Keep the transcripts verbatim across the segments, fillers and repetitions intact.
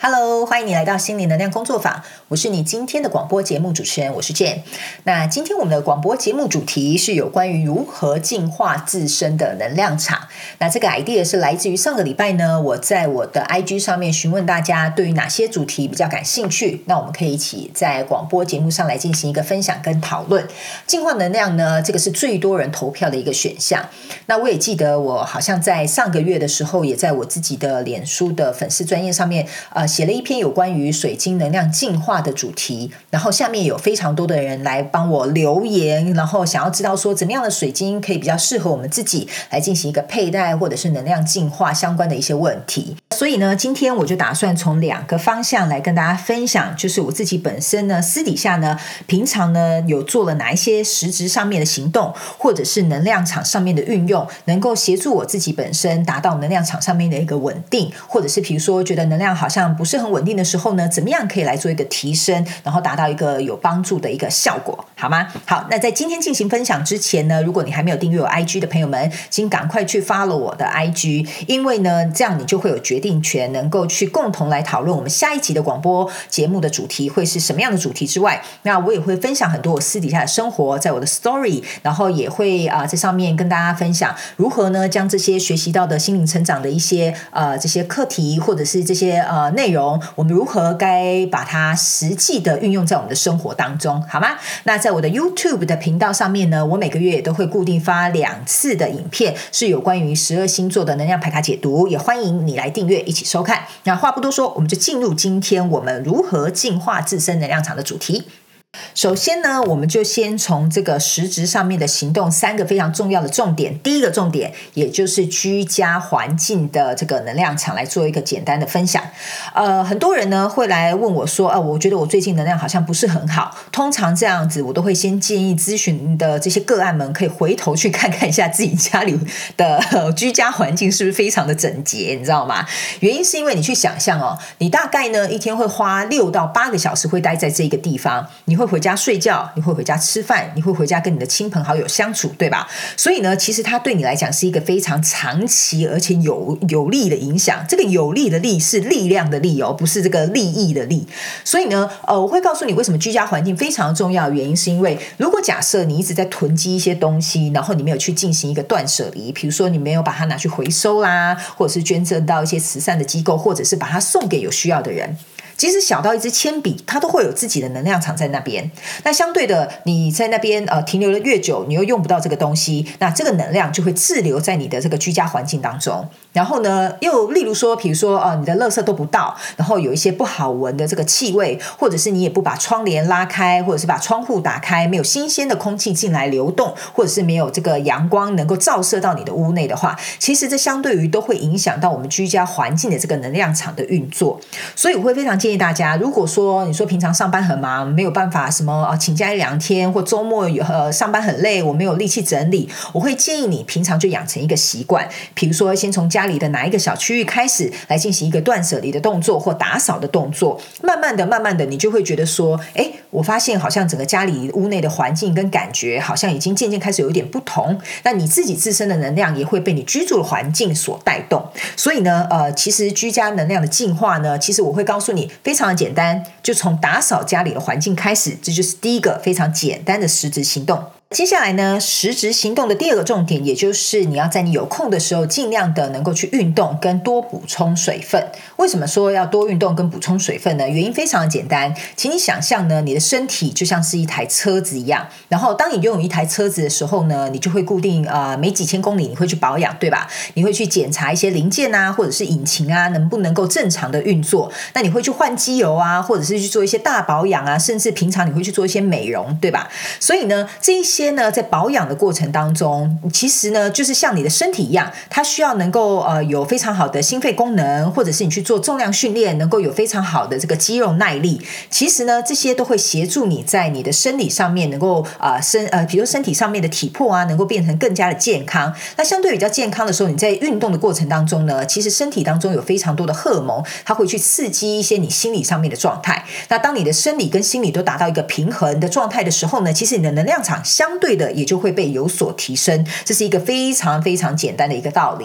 Hello， 欢迎你来到心灵能量工作坊，我是你今天的广播节目主持人，我是 Jane。那今天我们的广播节目主题是有关于如何净化自身的能量场。那这个 idea 是来自于上个礼拜呢，我在我的 I G 上面询问大家对于哪些主题比较感兴趣，那我们可以一起在广播节目上来进行一个分享跟讨论。净化能量呢，这个是最多人投票的一个选项。那我也记得我好像在上个月的时候，也在我自己的脸书的粉丝专页上面呃写了一篇有关于水晶能量净化的主题，然后下面有非常多的人来帮我留言，然后想要知道说怎么样的水晶可以比较适合我们自己来进行一个佩戴或者是能量净化相关的一些问题。所以呢，今天我就打算从两个方向来跟大家分享，就是我自己本身呢私底下呢平常呢有做了哪一些实质上面的行动，或者是能量场上面的运用，能够协助我自己本身达到能量场上面的一个稳定，或者是比如说觉得能量好像不是很稳定的时候呢，怎么样可以来做一个提升，然后达到一个有帮助的一个效果，好吗？好，那在今天进行分享之前呢，如果你还没有订阅我 I G 的朋友们，请赶快去 follow 我的 I G， 因为呢这样你就会有决定权，能够去共同来讨论我们下一集的广播节目的主题会是什么样的主题之外，那我也会分享很多我私底下的生活，在我的 story， 然后也会、呃、在上面跟大家分享如何呢将这些学习到的心灵成长的一些呃这些课题或者是这些呃内容，我们如何该把它实际的运用在我们的生活当中，好吗？那在我的 YouTube 的频道上面呢，我每个月也都会固定发两次的影片，是有关于十二星座的能量牌卡解读，也欢迎你来订阅一起收看。那话不多说，我们就进入今天我们如何净化自身能量场的主题。首先呢，我们就先从这个实质上面的行动三个非常重要的重点。第一个重点，也就是居家环境的这个能量场来做一个简单的分享。呃，很多人呢会来问我说，呃，我觉得我最近能量好像不是很好。通常这样子，我都会先建议咨询的这些个案们可以回头去看看一下自己家里的、呃、居家环境是不是非常的整洁，你知道吗？原因是因为你去想象哦，你大概呢一天会花六到八个小时会待在这个地方，你会回家睡觉，你会回家吃饭，你会回家跟你的亲朋好友相处，对吧？所以呢，其实它对你来讲是一个非常长期而且有有利的影响。这个有利的利是力量的利哦，不是这个利益的利。所以呢，呃，我会告诉你为什么居家环境非常重要的原因，是因为如果假设你一直在囤积一些东西，然后你没有去进行一个断舍离，比如说你没有把它拿去回收啦，或者是捐赠到一些慈善的机构，或者是把它送给有需要的人。即使小到一支铅笔，它都会有自己的能量场在那边。那相对的，你在那边呃停留的越久，你又用不到这个东西，那这个能量就会滞留在你的这个居家环境当中。然后呢，又例如说，比如说呃，你的垃圾都不到，然后有一些不好闻的这个气味，或者是你也不把窗帘拉开，或者是把窗户打开，没有新鲜的空气进来流动，或者是没有这个阳光能够照射到你的屋内的话，其实这相对于都会影响到我们居家环境的这个能量场的运作。所以我会非常建议大家，如果说你说平常上班很忙，没有办法什么、呃、请假一两天，或周末呃上班很累，我没有力气整理，我会建议你平常就养成一个习惯，比如说先从家里的哪一个小区域开始来进行一个断舍离的动作或打扫的动作，慢慢的慢慢的你就会觉得说，哎，我发现好像整个家里屋内的环境跟感觉好像已经渐渐开始有一点不同，那你自己自身的能量也会被你居住的环境所带动。所以呢呃，其实居家能量的净化呢，其实我会告诉你非常的简单，就从打扫家里的环境开始，这就是第一个非常简单的实质行动。接下来呢，实质行动的第二个重点，也就是你要在你有空的时候尽量的能够去运动跟多补充水分。为什么说要多运动跟补充水分呢？原因非常的简单，请你想象呢，你的身体就像是一台车子一样，然后当你拥有一台车子的时候呢，你就会固定呃每几千公里你会去保养，对吧？你会去检查一些零件啊，或者是引擎啊能不能够正常的运作，那你会去换机油啊，或者是去做一些大保养啊，甚至平常你会去做一些美容，对吧？所以呢，这一些呢在保养的过程当中，其实呢就是像你的身体一样，它需要能够呃有非常好的心肺功能，或者是你去做重量训练能够有非常好的这个肌肉耐力。其实呢这些都会协助你在你的生理上面能够呃身呃比如身体上面的体魄啊能够变成更加的健康。那相对比较健康的时候，你在运动的过程当中呢，其实身体当中有非常多的荷尔蒙，它会去刺激一些你心理上面的状态。那当你的生理跟心理都达到一个平衡的状态的时候呢，其实你的能量场相对的也就会被有所提升。这是一个非常非常简单的一个道理。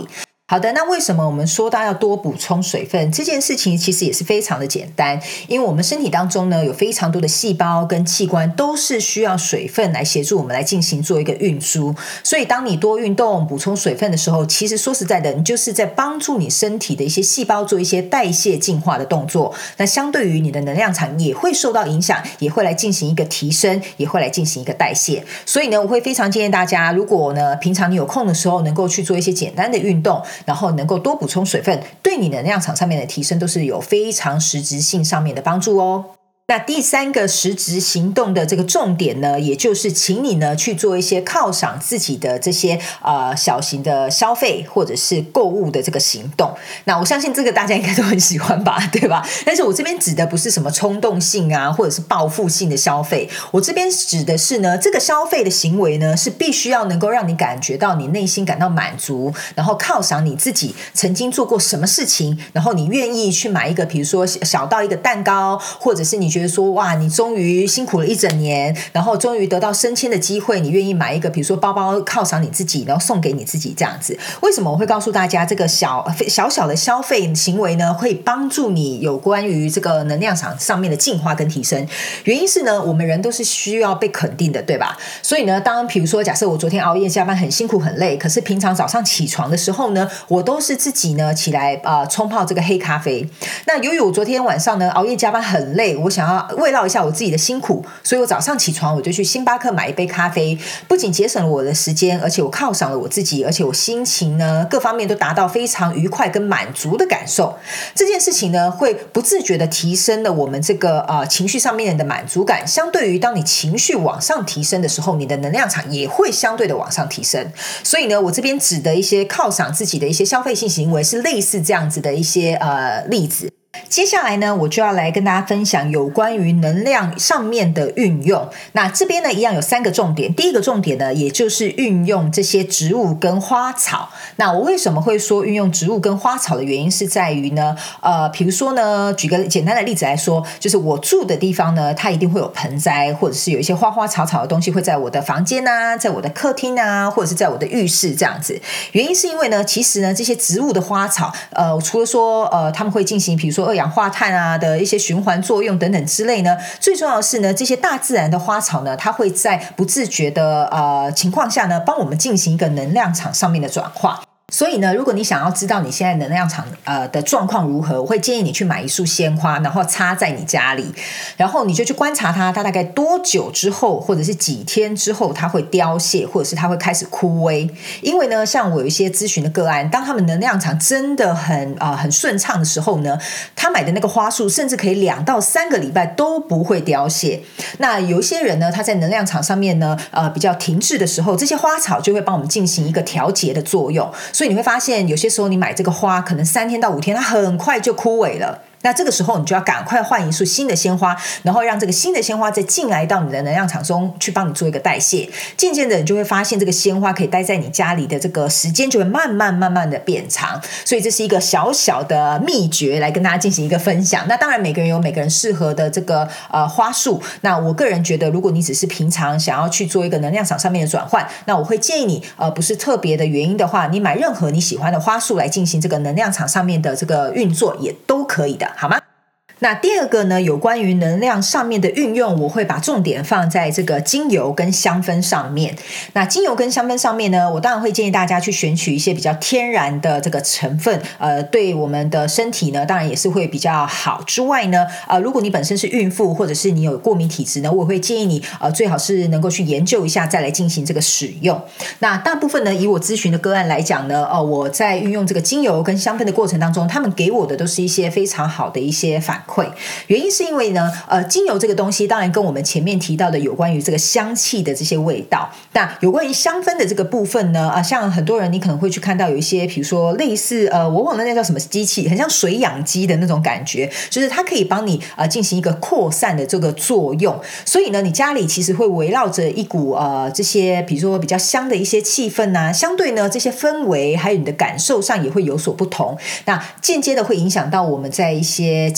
好的，那为什么我们说到要多补充水分这件事情其实也是非常的简单，因为我们身体当中呢有非常多的细胞跟器官都是需要水分来协助我们来进行做一个运输，所以当你多运动补充水分的时候，其实说实在的，你就是在帮助你身体的一些细胞做一些代谢进化的动作，那相对于你的能量场也会受到影响，也会来进行一个提升，也会来进行一个代谢。所以呢，我会非常建议大家，如果呢平常你有空的时候能够去做一些简单的运动，然后能够多补充水分，对你能量场上面的提升都是有非常实质性上面的帮助哦。那第三个实质行动的这个重点呢，也就是请你呢去做一些犒赏自己的这些呃小型的消费或者是购物的这个行动。那我相信这个大家应该都很喜欢吧，对吧？但是我这边指的不是什么冲动性啊，或者是报复性的消费，我这边指的是呢，这个消费的行为呢是必须要能够让你感觉到你内心感到满足，然后犒赏你自己曾经做过什么事情，然后你愿意去买一个，比如说小到一个蛋糕，或者是你觉得觉得说哇，你终于辛苦了一整年，然后终于得到升迁的机会，你愿意买一个比如说包包犒赏你自己，然后送给你自己这样子。为什么我会告诉大家这个小小小的消费行为呢，会帮助你有关于这个能量场上面的进化跟提升？原因是呢，我们人都是需要被肯定的，对吧？所以呢，当比如说假设我昨天熬夜加班很辛苦很累，可是平常早上起床的时候呢，我都是自己呢起来呃冲泡这个黑咖啡。那由于我昨天晚上呢熬夜加班很累，我想要慰劳一下我自己的辛苦，所以我早上起床我就去星巴克买一杯咖啡，不仅节省了我的时间，而且我犒赏了我自己，而且我心情呢各方面都达到非常愉快跟满足的感受。这件事情呢会不自觉的提升了我们这个呃情绪上面的满足感，相对于当你情绪往上提升的时候，你的能量场也会相对的往上提升。所以呢，我这边指的一些犒赏自己的一些消费性行为是类似这样子的一些呃例子。接下来呢，我就要来跟大家分享有关于能量上面的运用。那这边呢，一样有三个重点。第一个重点呢，也就是运用这些植物跟花草。那我为什么会说运用植物跟花草的原因，是在于呢，呃，比如说呢，举个简单的例子来说，就是我住的地方呢，它一定会有盆栽，或者是有一些花花草草的东西会在我的房间啊，在我的客厅啊，或者是在我的浴室这样子。原因是因为呢，其实呢，这些植物的花草，呃，除了说呃，他们会进行，比如说二氧化碳啊的一些循环作用等等之类呢，最重要的是呢，这些大自然的花草呢，它会在不自觉的呃情况下呢，帮我们进行一个能量场上面的转化。所以呢，如果你想要知道你现在能量场呃的状况如何，我会建议你去买一束鲜花，然后插在你家里，然后你就去观察它，它大概多久之后，或者是几天之后，它会凋谢，或者是它会开始枯萎。因为呢，像我有一些咨询的个案，当他们能量场真的很啊、呃、很顺畅的时候呢，他买的那个花束甚至可以两到三个礼拜都不会凋谢。那有一些人呢，他在能量场上面呢，呃比较停滞的时候，这些花草就会帮我们进行一个调节的作用。所以你会发现有些时候你买这个花可能三天到五天它很快就枯萎了，那这个时候你就要赶快换一束新的鲜花，然后让这个新的鲜花再进来到你的能量场中去帮你做一个代谢。渐渐的你就会发现这个鲜花可以待在你家里的这个时间就会慢慢慢慢的变长。所以这是一个小小的秘诀来跟大家进行一个分享。那当然每个人有每个人适合的这个呃花束，那我个人觉得如果你只是平常想要去做一个能量场上面的转换，那我会建议你呃不是特别的原因的话，你买任何你喜欢的花束来进行这个能量场上面的这个运作也都可以的，好吗？那第二个呢，有关于能量上面的运用，我会把重点放在这个精油跟香氛上面。那精油跟香氛上面呢，我当然会建议大家去选取一些比较天然的这个成分，呃，对我们的身体呢，当然也是会比较好。之外呢，呃，如果你本身是孕妇或者是你有过敏体质呢，我会建议你呃最好是能够去研究一下再来进行这个使用。那大部分呢，以我咨询的个案来讲呢，呃，我在运用这个精油跟香氛的过程当中，他们给我的都是一些非常好的一些反馈。原因是因为呢，呃，精油这个东西当然跟我们前面提到的有关于这个香气的这些味道，那有关于香氛的这个部分呢，啊、呃，像很多人你可能会去看到有一些，比如说类似呃，我忘了那叫什么机器，很像水养机的那种感觉，就是它可以帮你呃进行一个扩散的这个作用。所以呢，你家里其实会围绕着一股呃这些，比如说比较香的一些气氛啊，相对呢这些氛围还有你的感受上也会有所不同。那间接的会影响到我们在一些情绪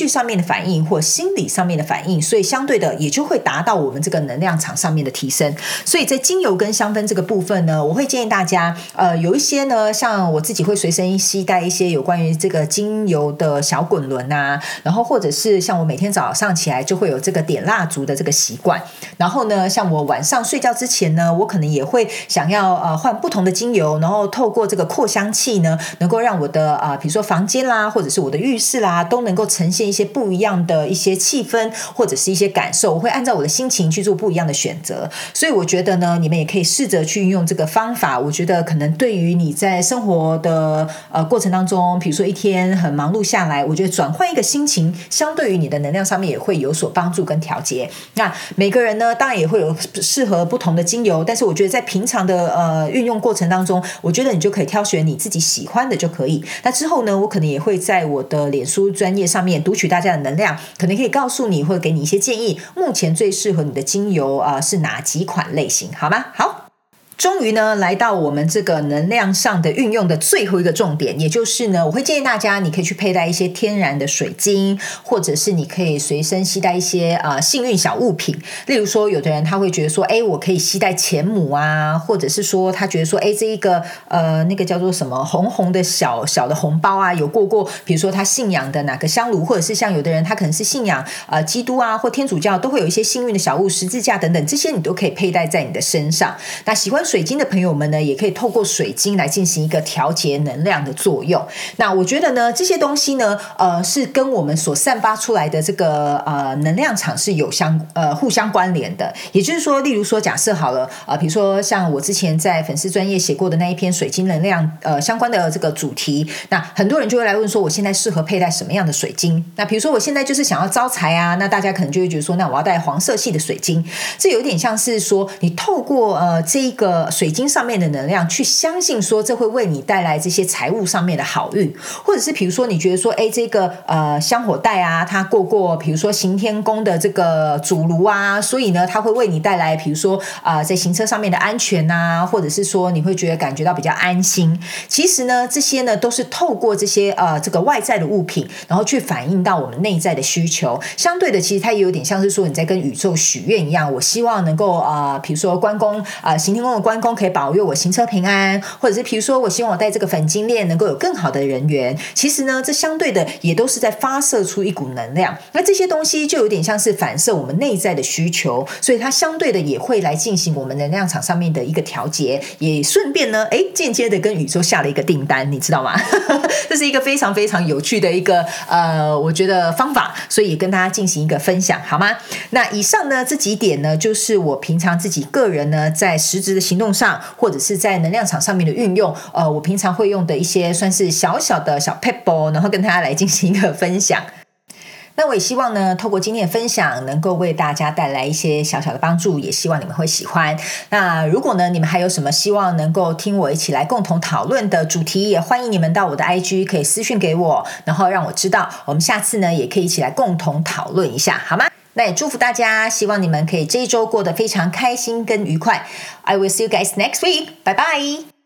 上面的反应或心理上面的反应，所以相对的也就会达到我们这个能量场上面的提升。所以在精油跟香氛这个部分呢，我会建议大家呃有一些呢，像我自己会随身携带一些有关于这个精油的小滚轮啊，然后或者是像我每天早上起来就会有这个点蜡烛的这个习惯，然后呢像我晚上睡觉之前呢，我可能也会想要呃换不同的精油，然后透过这个扩香器呢，能够让我的呃比如说房间啦，或者是我的浴室啦，都能够呈现一些不一样的一些气氛或者是一些感受，我会按照我的心情去做不一样的选择。所以我觉得呢，你们也可以试着去运用这个方法，我觉得可能对于你在生活的呃过程当中，比如说一天很忙碌下来，我觉得转换一个心情，相对于你的能量上面也会有所帮助跟调节。那每个人呢，当然也会有适合不同的精油，但是我觉得在平常的呃运用过程当中，我觉得你就可以挑选你自己喜欢的就可以。那之后呢，我可能也会在我的脸书专页上面读取大家的能量，可能可以告诉你或者给你一些建议，目前最适合你的精油啊、呃、是哪几款类型，好吗？好。终于呢，来到我们这个能量上的运用的最后一个重点，也就是呢，我会建议大家，你可以去佩戴一些天然的水晶，或者是你可以随身携带一些呃幸运小物品。例如说，有的人他会觉得说，哎，我可以携带钱母啊，或者是说他觉得说，哎，这一个呃那个叫做什么红红的小小的红包啊，有过过，比如说他信仰的哪个香炉，或者是像有的人他可能是信仰呃基督啊或天主教，都会有一些幸运的小物，十字架等等，这些你都可以佩戴在你的身上。那喜欢水晶的朋友们呢，也可以透过水晶来进行一个调节能量的作用。那我觉得呢，这些东西呢，呃，是跟我们所散发出来的这个呃能量场是有相呃互相关联的。也就是说，例如说，假设好了，呃，比如说像我之前在粉丝专页写过的那一篇水晶能量呃相关的这个主题，那很多人就会来问说，我现在适合佩戴什么样的水晶？那比如说我现在就是想要招财啊，那大家可能就会觉得说，那我要戴黄色系的水晶。这有点像是说，你透过呃这一个水晶上面的能量去相信说这会为你带来这些财务上面的好运，或者是比如说你觉得说哎这个呃香火袋啊它过过比如说行天宫的这个主炉啊，所以呢它会为你带来比如说啊、呃、在行车上面的安全啊，或者是说你会觉得感觉到比较安心。其实呢这些呢都是透过这些呃这个外在的物品，然后去反映到我们内在的需求。相对的其实它也有点像是说你在跟宇宙许愿一样，我希望能够啊、呃、比如说关公啊、呃、行天宫的关公可以保佑我行车平安，或者是比如说我希望我戴这个粉晶链能够有更好的人缘。其实呢这相对的也都是在发射出一股能量，那这些东西就有点像是反射我们内在的需求，所以它相对的也会来进行我们能量场上面的一个调节，也顺便呢诶间接的跟宇宙下了一个订单，你知道吗？这是一个非常非常有趣的一个呃我觉得方法，所以也跟大家进行一个分享好吗？那以上呢这几点呢就是我平常自己个人呢在实质的行动上或者是在能量场上面的运用，呃，我平常会用的一些算是小小的小 pebble， 然后跟大家来进行一个分享。那我也希望呢透过今天的分享能够为大家带来一些小小的帮助，也希望你们会喜欢。那如果呢你们还有什么希望能够听我一起来共同讨论的主题，也欢迎你们到我的 I G 可以私讯给我，然后让我知道，我们下次呢也可以一起来共同讨论一下好吗？那也祝福大家，希望你们可以这一周过得非常开心跟愉快。I will see you guys next week. Bye bye.